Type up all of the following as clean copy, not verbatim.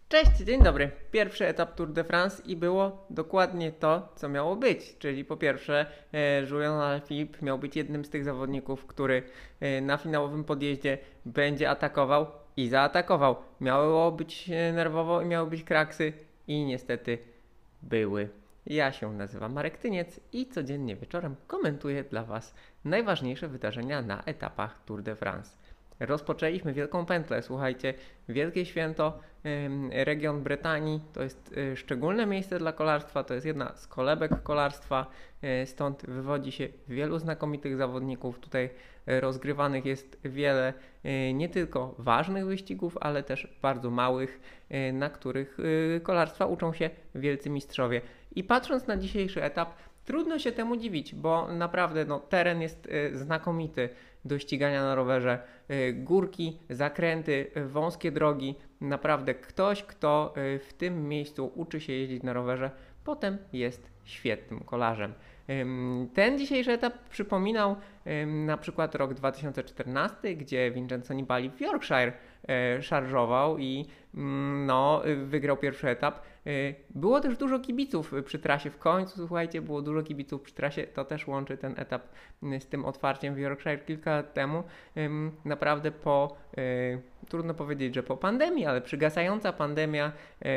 Cześć, dzień dobry. Pierwszy etap Tour de France i było dokładnie to, co miało być. Czyli po pierwsze, Julian Alaphilippe miał być jednym z tych zawodników, który na finałowym podjeździe będzie atakował i zaatakował. Miało być nerwowo i miały być kraksy i niestety były. Ja się nazywam Marek Tyniec i codziennie wieczorem komentuję dla Was najważniejsze wydarzenia na etapach Tour de France. Rozpoczęliśmy wielką pętlę, słuchajcie, wielkie święto, region Brytanii, to jest szczególne miejsce dla kolarstwa, to jest jedna z kolebek kolarstwa, stąd wywodzi się wielu znakomitych zawodników, tutaj rozgrywanych jest wiele nie tylko ważnych wyścigów, ale też bardzo małych, na których kolarstwa uczą się wielcy mistrzowie. I patrząc na dzisiejszy etap, trudno się temu dziwić, bo naprawdę teren jest znakomity do ścigania na rowerze. Górki, zakręty, wąskie drogi. Naprawdę ktoś, kto w tym miejscu uczy się jeździć na rowerze, potem jest świetnym kolarzem. Ten dzisiejszy etap przypominał na przykład rok 2014, gdzie Vincenzo Nibali w Yorkshire szarżował i wygrał pierwszy etap. Było też dużo kibiców przy trasie w końcu, słuchajcie, było dużo kibiców przy trasie, to też łączy ten etap z tym otwarciem w Yorkshire kilka lat temu. Naprawdę trudno powiedzieć, że po pandemii, ale przygasająca pandemia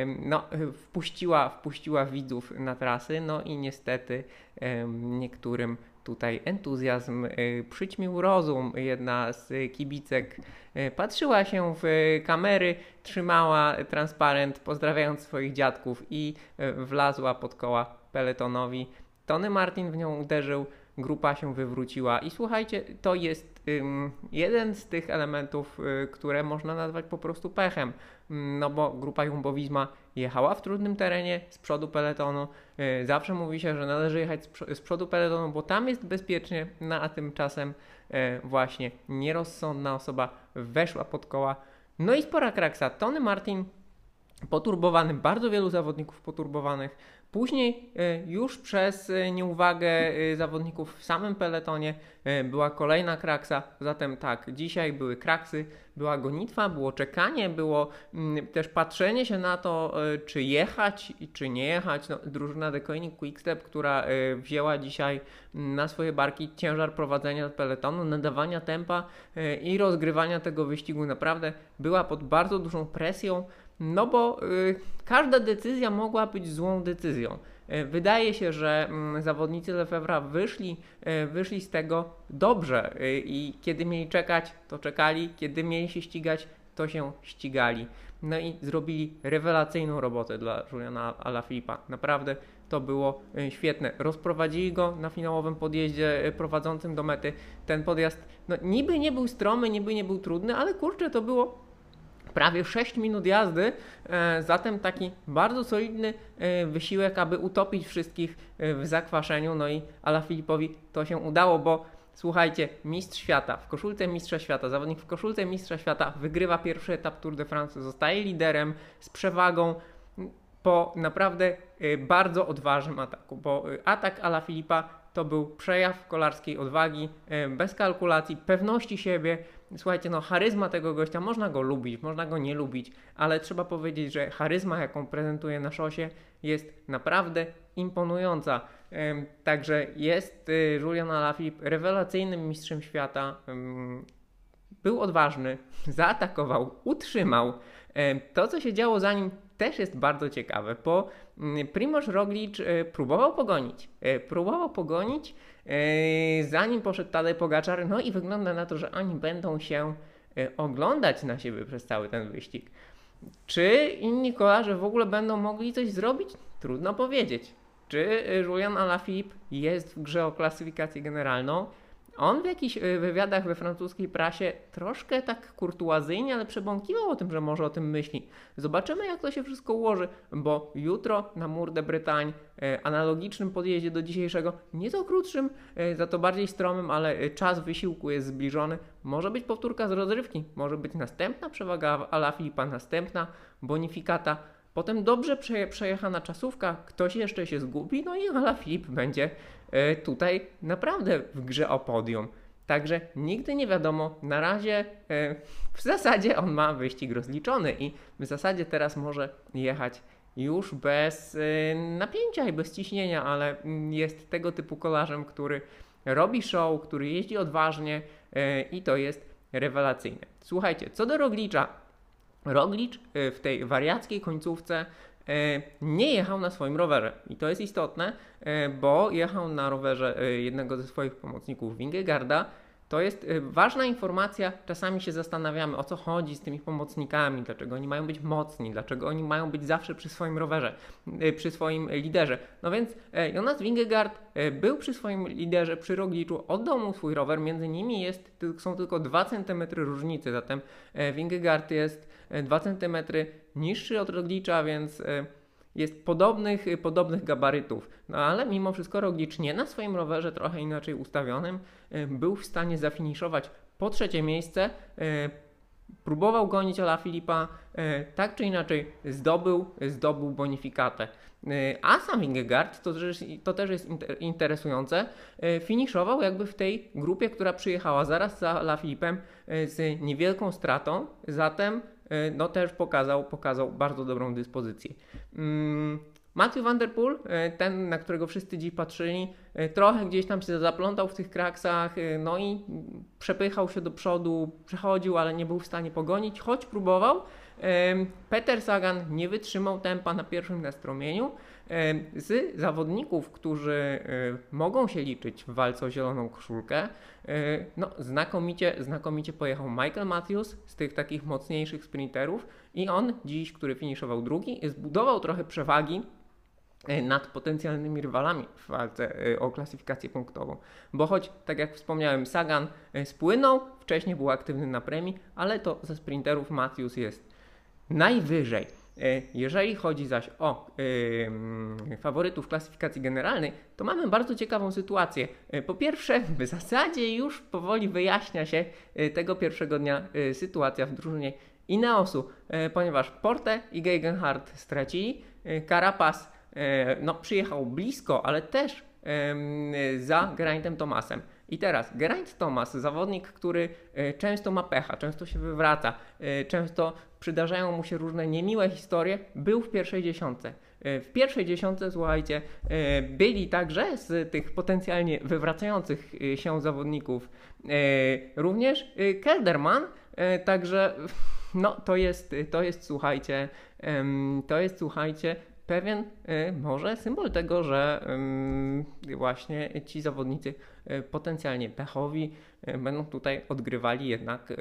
wpuściła widzów na trasy, i niestety niektórym tutaj entuzjazm przyćmił rozum. Jedna z kibicek patrzyła się w kamery, trzymała transparent pozdrawiając swoich dziadków i wlazła pod koła peletonowi. Tony Martin w nią uderzył, grupa się wywróciła i słuchajcie, to jest jeden z tych elementów, które można nazwać po prostu pechem, bo grupa Jumbo-Visma jechała w trudnym terenie z przodu peletonu. Zawsze mówi się, że należy jechać z przodu peletonu, bo tam jest bezpiecznie, a tymczasem właśnie nierozsądna osoba weszła pod koła. No i spora kraksa. Tony Martin poturbowany, bardzo wielu zawodników poturbowanych. Później już przez nieuwagę zawodników w samym peletonie była kolejna kraksa. Zatem tak, dzisiaj były kraksy, była gonitwa, było czekanie, było też patrzenie się na to, czy jechać i czy nie jechać. Drużyna De Koning Quickstep, która wzięła dzisiaj na swoje barki ciężar prowadzenia peletonu, nadawania tempa i rozgrywania tego wyścigu, naprawdę była pod bardzo dużą presją. Bo każda decyzja mogła być złą decyzją. Wydaje się, że zawodnicy Lefevra wyszli z tego dobrze i kiedy mieli czekać, to czekali, kiedy mieli się ścigać, to się ścigali. I zrobili rewelacyjną robotę dla Juliana Alaphilippe'a. Naprawdę to było świetne. Rozprowadzili go na finałowym podjeździe prowadzącym do mety. Ten podjazd niby nie był stromy, niby nie był trudny, ale kurczę, to było prawie 6 minut jazdy, zatem taki bardzo solidny wysiłek, aby utopić wszystkich w zakwaszeniu. I Alaphilippe'owi to się udało, bo słuchajcie, mistrz świata w koszulce mistrza świata, zawodnik w koszulce mistrza świata wygrywa pierwszy etap Tour de France, zostaje liderem z przewagą po naprawdę bardzo odważnym ataku, bo atak Alaphilippe'a to był przejaw kolarskiej odwagi, bez kalkulacji, pewności siebie. Słuchajcie, charyzma tego gościa, można go lubić, można go nie lubić, ale trzeba powiedzieć, że charyzma, jaką prezentuje na szosie, jest naprawdę imponująca. Także jest Julian Alaphilippe rewelacyjnym mistrzem świata. Był odważny, zaatakował, utrzymał. To, co się działo za nim, też jest bardzo ciekawe, bo Primož Roglič próbował pogonić, zanim poszedł Tadej Pogačar, i wygląda na to, że oni będą się oglądać na siebie przez cały ten wyścig. Czy inni kolarze w ogóle będą mogli coś zrobić? Trudno powiedzieć. Czy Julian Alaphilippe jest w grze o klasyfikację generalną? On w jakichś wywiadach we francuskiej prasie troszkę tak kurtuazyjnie, ale przebąkiwał o tym, że może o tym myśli. Zobaczymy, jak to się wszystko ułoży, bo jutro na Mur de Bretagne, analogicznym podjeździe do dzisiejszego, nieco krótszym, za to bardziej stromym, ale czas wysiłku jest zbliżony. Może być powtórka z rozrywki, może być następna przewaga Alaphilippe'a, następna bonifikata. Potem dobrze przejechana czasówka, ktoś jeszcze się zgubi, i Alaphilippe będzie tutaj naprawdę w grze o podium. Także nigdy nie wiadomo, na razie w zasadzie on ma wyścig rozliczony i w zasadzie teraz może jechać już bez napięcia i bez ciśnienia, ale jest tego typu kolarzem, który robi show, który jeździ odważnie i to jest rewelacyjne. Słuchajcie, co do Roglicza. Roglicz w tej wariackiej końcówce nie jechał na swoim rowerze i to jest istotne, bo jechał na rowerze jednego ze swoich pomocników, Vingegaarda. To jest ważna informacja, czasami się zastanawiamy, o co chodzi z tymi pomocnikami, dlaczego oni mają być mocni, dlaczego oni mają być zawsze przy swoim rowerze, przy swoim liderze. No więc Jonas Vingegaard był przy swoim liderze, przy Rogliczu, oddał mu swój rower, między nimi są tylko 2 cm różnicy, zatem Vingegaard jest 2 cm niższy od Roglicza, więc jest podobnych gabarytów. No ale mimo wszystko Roglicz nie na swoim rowerze, trochę inaczej ustawionym, był w stanie zafiniszować po 3. miejsce. Próbował gonić Alaphilippa, tak czy inaczej zdobył bonifikatę. A sam Vingegaard, to też jest interesujące, finiszował jakby w tej grupie, która przyjechała zaraz za Alaphilippem z niewielką stratą, zatem no też pokazał bardzo dobrą dyspozycję. Mathieu van der Poel, ten, na którego wszyscy dziś patrzyli, trochę gdzieś tam się zaplątał w tych kraksach, no i przepychał się do przodu, przechodził, ale nie był w stanie pogonić, choć próbował. Peter Sagan nie wytrzymał tempa na pierwszym nastromieniu. Z zawodników, którzy mogą się liczyć w walce o zieloną koszulkę, no znakomicie pojechał Michael Matthews z tych takich mocniejszych sprinterów i on dziś, który finiszował drugi, zbudował trochę przewagi nad potencjalnymi rywalami w walce o klasyfikację punktową. Bo choć, tak jak wspomniałem, Sagan spłynął, wcześniej był aktywny na premii, ale to ze sprinterów Matthews jest najwyżej. Jeżeli chodzi zaś o faworytów klasyfikacji generalnej, to mamy bardzo ciekawą sytuację. Po pierwsze, w zasadzie już powoli wyjaśnia się tego pierwszego dnia sytuacja w drużynie Ineosu, ponieważ Porte i Gegenhardt stracili, Carapaz przyjechał blisko, ale też za Geraintem Thomasem. I teraz Geraint Thomas, zawodnik, który często ma pecha, często się wywraca, często przydarzają mu się różne niemiłe historie, był w pierwszej dziesiątce. W pierwszej dziesiątce, słuchajcie, byli także z tych potencjalnie wywracających się zawodników również Kelderman, także no to jest słuchajcie, pewien może symbol tego, że właśnie ci zawodnicy potencjalnie pechowi będą tutaj odgrywali jednak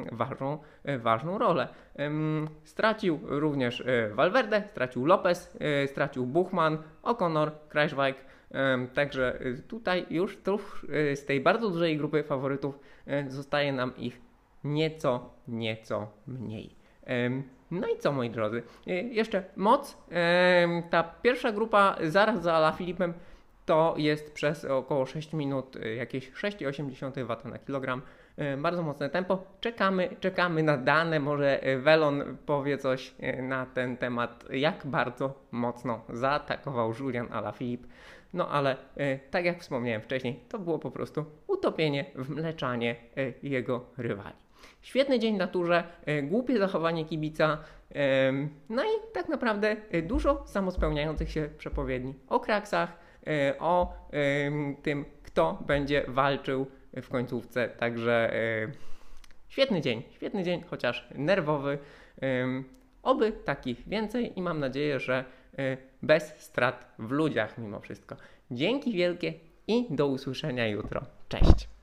ważną rolę. Stracił również Valverde, stracił Lopez, stracił Buchmann, O'Connor, Kruijswijk. Także tutaj już z tej bardzo dużej grupy faworytów zostaje nam ich nieco mniej. No i co, moi drodzy? Jeszcze moc. Ta pierwsza grupa zaraz za Alaphilippem to jest przez około 6 minut jakieś 6,8 W na kilogram. Bardzo mocne tempo. Czekamy na dane. Może Welon powie coś na ten temat, jak bardzo mocno zaatakował Julian Alaphilippe. No ale tak jak wspomniałem wcześniej, to było po prostu utopienie w mleczanie jego rywali. Świetny dzień na turze, głupie zachowanie kibica, no i tak naprawdę dużo samospełniających się przepowiedni o kraksach, o tym, kto będzie walczył w końcówce. Także świetny dzień, chociaż nerwowy. Oby takich więcej i mam nadzieję, że bez strat w ludziach mimo wszystko. Dzięki wielkie i do usłyszenia jutro. Cześć!